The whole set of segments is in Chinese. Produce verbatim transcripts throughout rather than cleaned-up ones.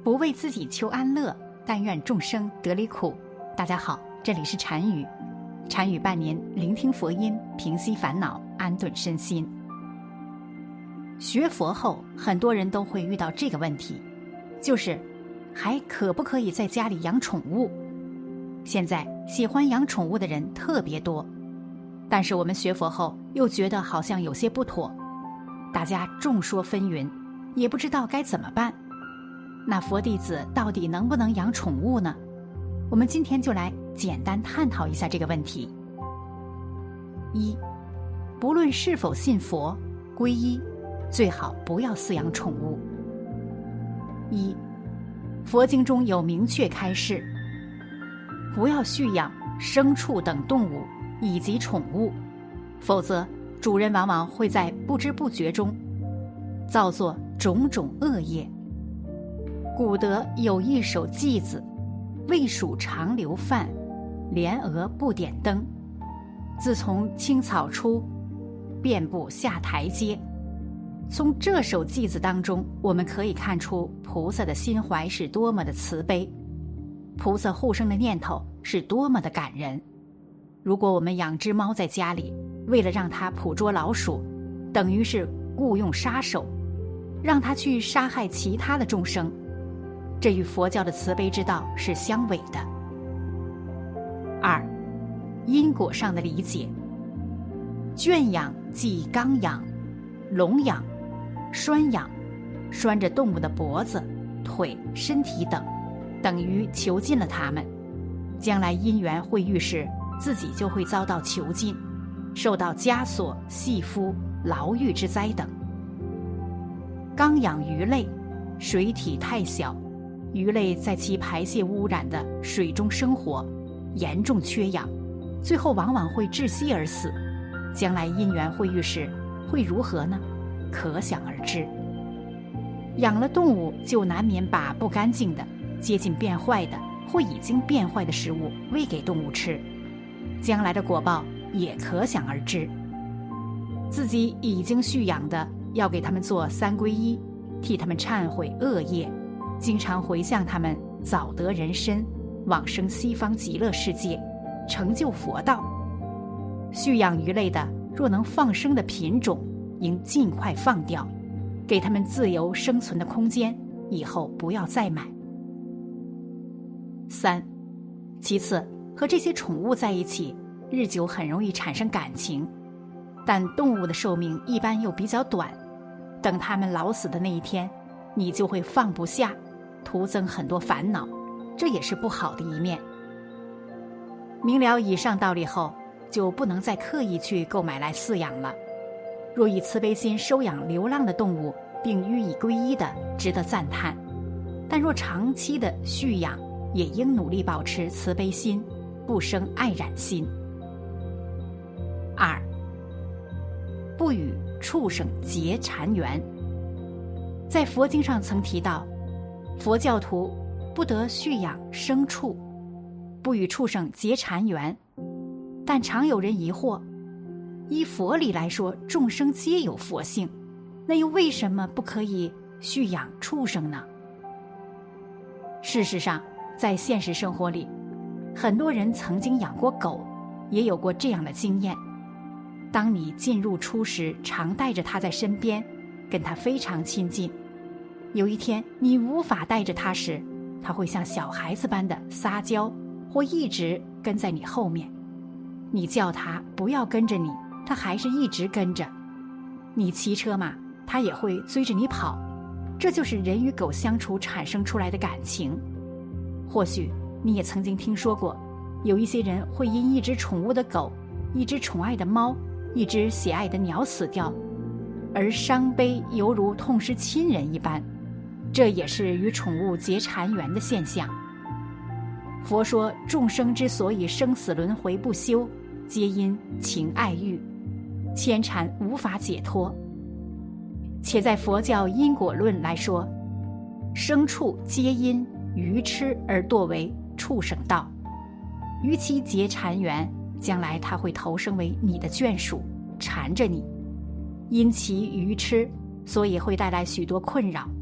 不为自己求安乐，但愿众生得离苦。大家好，这里是禅语，禅语伴您聆听佛音，平息烦恼，安顿身心。学佛后，很多人都会遇到这个问题，就是还可不可以在家里养宠物？现在喜欢养宠物的人特别多，但是我们学佛后又觉得好像有些不妥，大家众说纷纭，也不知道该怎么办。那佛弟子到底能不能养宠物呢？我们今天就来简单探讨一下这个问题。一，不论是否信佛皈依，最好不要饲养宠物。一，佛经中有明确开示，不要蓄养牲畜等动物以及宠物，否则主人往往会在不知不觉中造作种种恶业。古德有一首偈子，魏蜀常流饭，莲娥不点灯。自从青草出，便不下台阶。从这首偈子当中，我们可以看出菩萨的心怀是多么的慈悲，菩萨护生的念头是多么的感人。如果我们养只猫在家里，为了让它捕捉老鼠，等于是雇用杀手，让它去杀害其他的众生，这与佛教的慈悲之道是相违的。二，因果上的理解。圈养即刚养，笼养、拴养，拴着动物的脖子、腿、身体等，等于囚禁了它们。将来因缘会遇时，自己就会遭到囚禁，受到枷锁、系缚、牢狱之灾等。刚养鱼类，水体太小，鱼类在其排泄污染的水中生活，严重缺氧，最后往往会窒息而死。将来因缘会遇时会如何呢？可想而知。养了动物就难免把不干净的、接近变坏的或已经变坏的食物喂给动物吃，将来的果报也可想而知。自己已经蓄养的，要给他们做三皈依，替他们忏悔恶业，经常回向他们早得人身，往生西方极乐世界，成就佛道。蓄养鱼类的，若能放生的品种，应尽快放掉，给他们自由生存的空间，以后不要再买。三，其次，和这些宠物在一起，日久很容易产生感情，但动物的寿命一般又比较短，等它们老死的那一天，你就会放不下，徒增很多烦恼，这也是不好的一面。明了以上道理后，就不能再刻意去购买来饲养了。若以慈悲心收养流浪的动物，并予以皈依的，值得赞叹。但若长期的蓄养，也应努力保持慈悲心，不生爱染心。二，不与畜生结缠缘。在佛经上曾提到，佛教徒不得蓄养牲畜，不与畜生结缠缘。但常有人疑惑，依佛理来说，众生皆有佛性，那又为什么不可以蓄养畜生呢？事实上，在现实生活里，很多人曾经养过狗，也有过这样的经验。当你进入出时，常带着它在身边，跟它非常亲近。有一天你无法带着它时，它会像小孩子般的撒娇，或一直跟在你后面。你叫它不要跟着你，它还是一直跟着。你骑车嘛，它也会追着你跑。这就是人与狗相处产生出来的感情。或许你也曾经听说过，有一些人会因一只宠物的狗、一只宠爱的猫、一只喜爱的鸟死掉，而伤悲犹如痛失亲人一般，这也是与宠物结缠缘的现象。佛说，众生之所以生死轮回不休，皆因情爱欲，牵缠无法解脱。且在佛教因果论来说，牲畜皆因愚痴而堕为畜生道，与其结缠缘，将来他会投生为你的眷属，缠着你。因其愚痴，所以会带来许多困扰，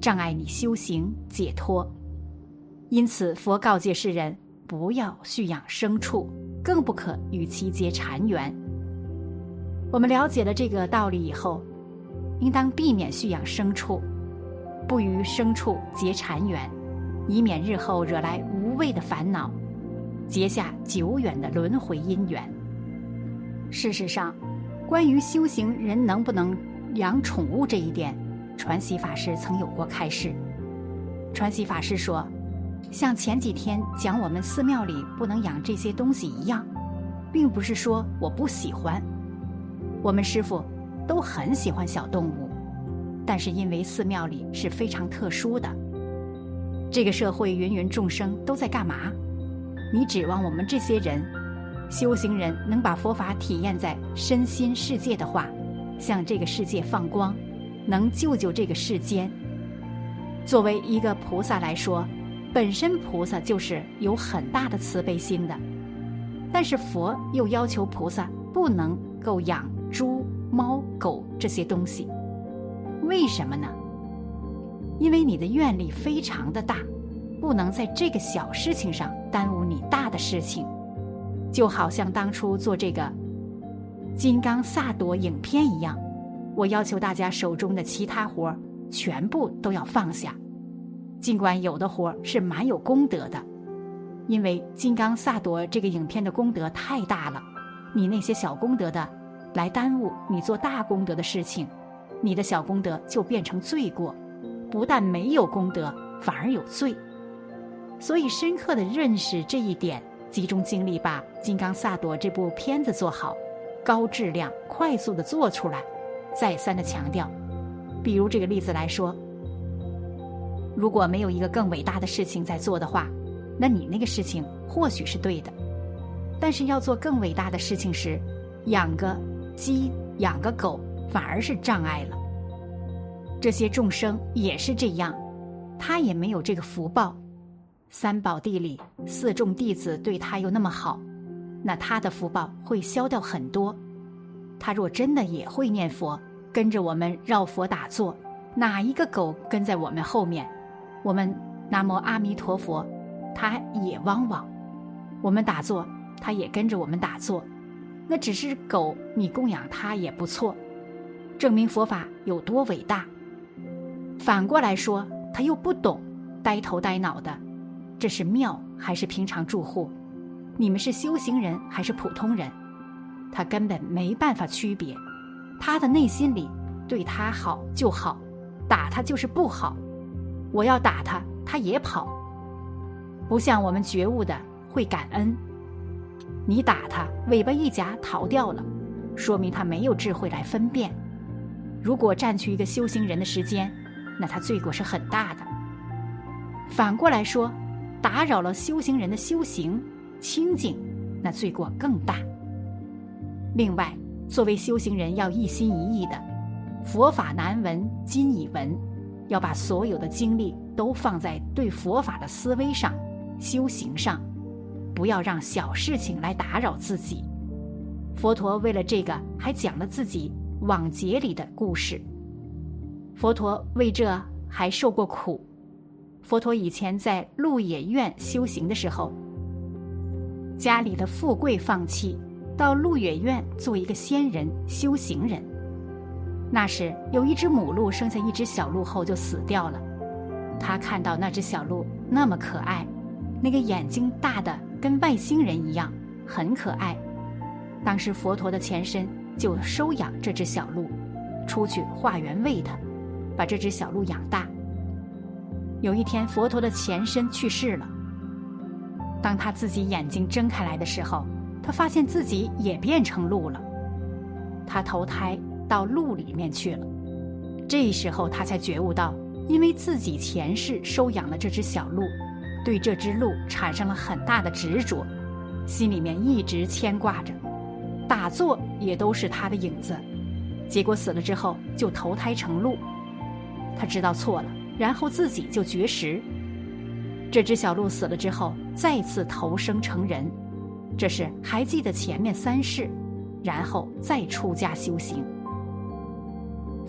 障碍你修行解脱。因此佛告诫世人，不要蓄养牲畜，更不可与其结缠缘。我们了解了这个道理以后，应当避免蓄养牲畜，不与牲畜结缠缘，以免日后惹来无谓的烦恼，结下久远的轮回因缘。事实上，关于修行人能不能养宠物这一点，传习法师曾有过开示。传习法师说，像前几天讲我们寺庙里不能养这些东西一样，并不是说我不喜欢，我们师父都很喜欢小动物，但是因为寺庙里是非常特殊的，这个社会芸芸众生都在干嘛？你指望我们这些人修行人能把佛法体验在身心世界的话，向这个世界放光，能救救这个世间。作为一个菩萨来说，本身菩萨就是有很大的慈悲心的，但是佛又要求菩萨不能够养猪、猫、狗这些东西。为什么呢？因为你的愿力非常的大，不能在这个小事情上耽误你大的事情。就好像当初做这个金刚萨埵影片一样，我要求大家手中的其他活全部都要放下，尽管有的活是蛮有功德的，因为金刚萨埵这个影片的功德太大了，你那些小功德的来耽误你做大功德的事情，你的小功德就变成罪过，不但没有功德，反而有罪。所以深刻的认识这一点，集中精力把金刚萨埵这部片子做好，高质量快速的做出来，再三的强调。比如这个例子来说，如果没有一个更伟大的事情在做的话，那你那个事情或许是对的，但是要做更伟大的事情时，养个鸡养个狗反而是障碍了。这些众生也是这样，他也没有这个福报，三宝地里四众弟子对他又那么好，那他的福报会消掉很多。他若真的也会念佛，跟着我们绕佛打坐，哪一个狗跟在我们后面，我们南无阿弥陀佛，他也汪汪，我们打坐他也跟着我们打坐，那只是狗，你供养他也不错，证明佛法有多伟大。反过来说，他又不懂，呆头呆脑的，这是庙还是平常住户？你们是修行人还是普通人？他根本没办法区别，他的内心里对他好就好，打他就是不好，我要打他他也跑。不像我们觉悟的会感恩，你打他尾巴一夹逃掉了，说明他没有智慧来分辨。如果占据一个修行人的时间，那他罪过是很大的。反过来说，打扰了修行人的修行清净，那罪过更大。另外，作为修行人要一心一意的，佛法难闻今已闻，要把所有的精力都放在对佛法的思维上、修行上，不要让小事情来打扰自己。佛陀为了这个还讲了自己往劫里的故事，佛陀为这还受过苦。佛陀以前在鹿野苑修行的时候，家里的富贵放弃，到鹿野苑做一个仙人修行人。那时有一只母鹿生下一只小鹿后就死掉了，他看到那只小鹿那么可爱，那个眼睛大的跟外星人一样，很可爱。当时佛陀的前身就收养这只小鹿，出去化缘喂它，把这只小鹿养大。有一天佛陀的前身去世了，当他自己眼睛睁开来的时候，他发现自己也变成鹿了，他投胎到鹿里面去了。这时候他才觉悟到，因为自己前世收养了这只小鹿，对这只鹿产生了很大的执着，心里面一直牵挂着，打坐也都是他的影子，结果死了之后就投胎成鹿。他知道错了，然后自己就绝食。这只小鹿死了之后再次投生成人，这是还记得前面三世，然后再出家修行。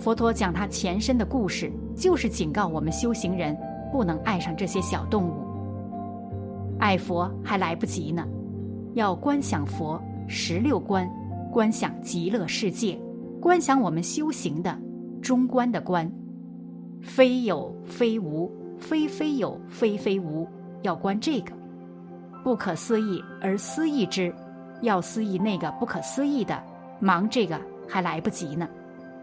佛陀讲他前身的故事，就是警告我们修行人不能爱上这些小动物。爱佛还来不及呢，要观想佛十六观，观想极乐世界，观想我们修行的中观的观，非有非无，非非有非非无，要观这个不可思议而思议之，要思议那个不可思议的，忙这个还来不及呢。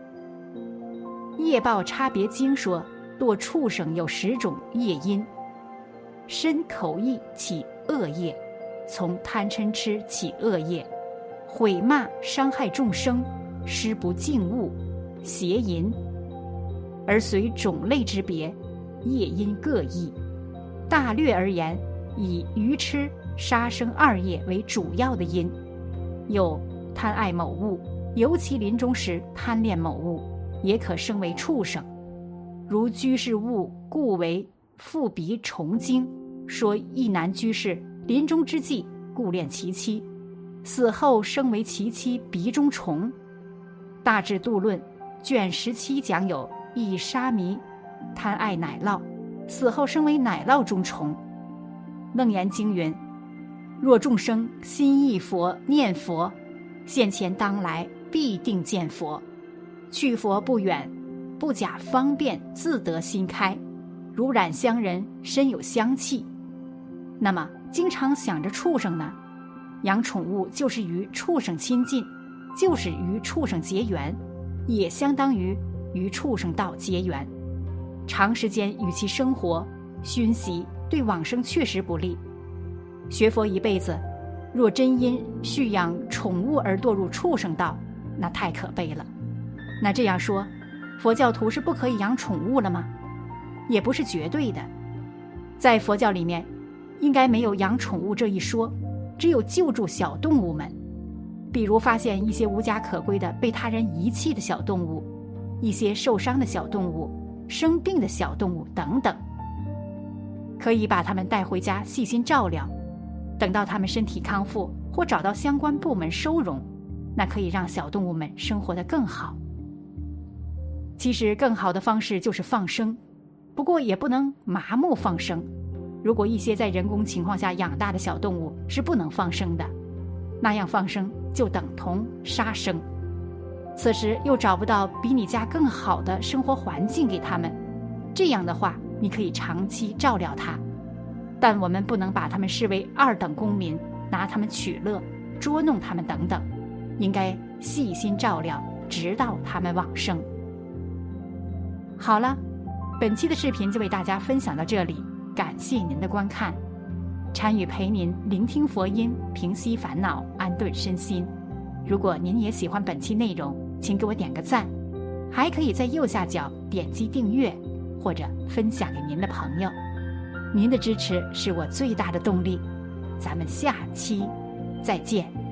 业报差别经说，堕畜生有十种业因：身口意起恶业，从贪嗔痴起恶业，毁骂伤害众生，施不敬物，邪淫。而随种类之别，业因各异。大略而言，以愚痴、杀生二业为主要的因，有贪爱某物，尤其临终时贪恋某物，也可升为畜生。如居士物故为复鼻虫经，说一男居士临终之际顾恋其妻，死后升为其妻鼻中虫。大智度论卷十七讲有一沙弥贪爱奶酪，死后升为奶酪中虫。楞严经云：若众生心忆佛念佛，现前当来必定见佛，去佛不远，不假方便自得心开，如染香人身有香气。那么经常想着畜生呢，养宠物就是与畜生亲近，就是与畜生结缘，也相当于与畜生道结缘。长时间与其生活熏习，对往生确实不利。学佛一辈子，若真因蓄养宠物而堕入畜生道，那太可悲了。那这样说，佛教徒是不可以养宠物了吗？也不是绝对的。在佛教里面，应该没有养宠物这一说，只有救助小动物们。比如发现一些无家可归的被他人遗弃的小动物，一些受伤的小动物，生病的小动物等等，可以把它们带回家细心照料，等到它们身体康复或找到相关部门收容，那可以让小动物们生活得更好。其实更好的方式就是放生，不过也不能麻木放生。如果一些在人工情况下养大的小动物是不能放生的，那样放生就等同杀生。此时又找不到比你家更好的生活环境给他们，这样的话你可以长期照料它，但我们不能把他们视为二等公民，拿他们取乐，捉弄他们等等，应该细心照料，直到他们往生。好了，本期的视频就为大家分享到这里，感谢您的观看。禅语陪您聆听佛音，平息烦恼，安顿身心。如果您也喜欢本期内容，请给我点个赞，还可以在右下角点击订阅，或者分享给您的朋友。您的支持是我最大的动力。咱们下期再见。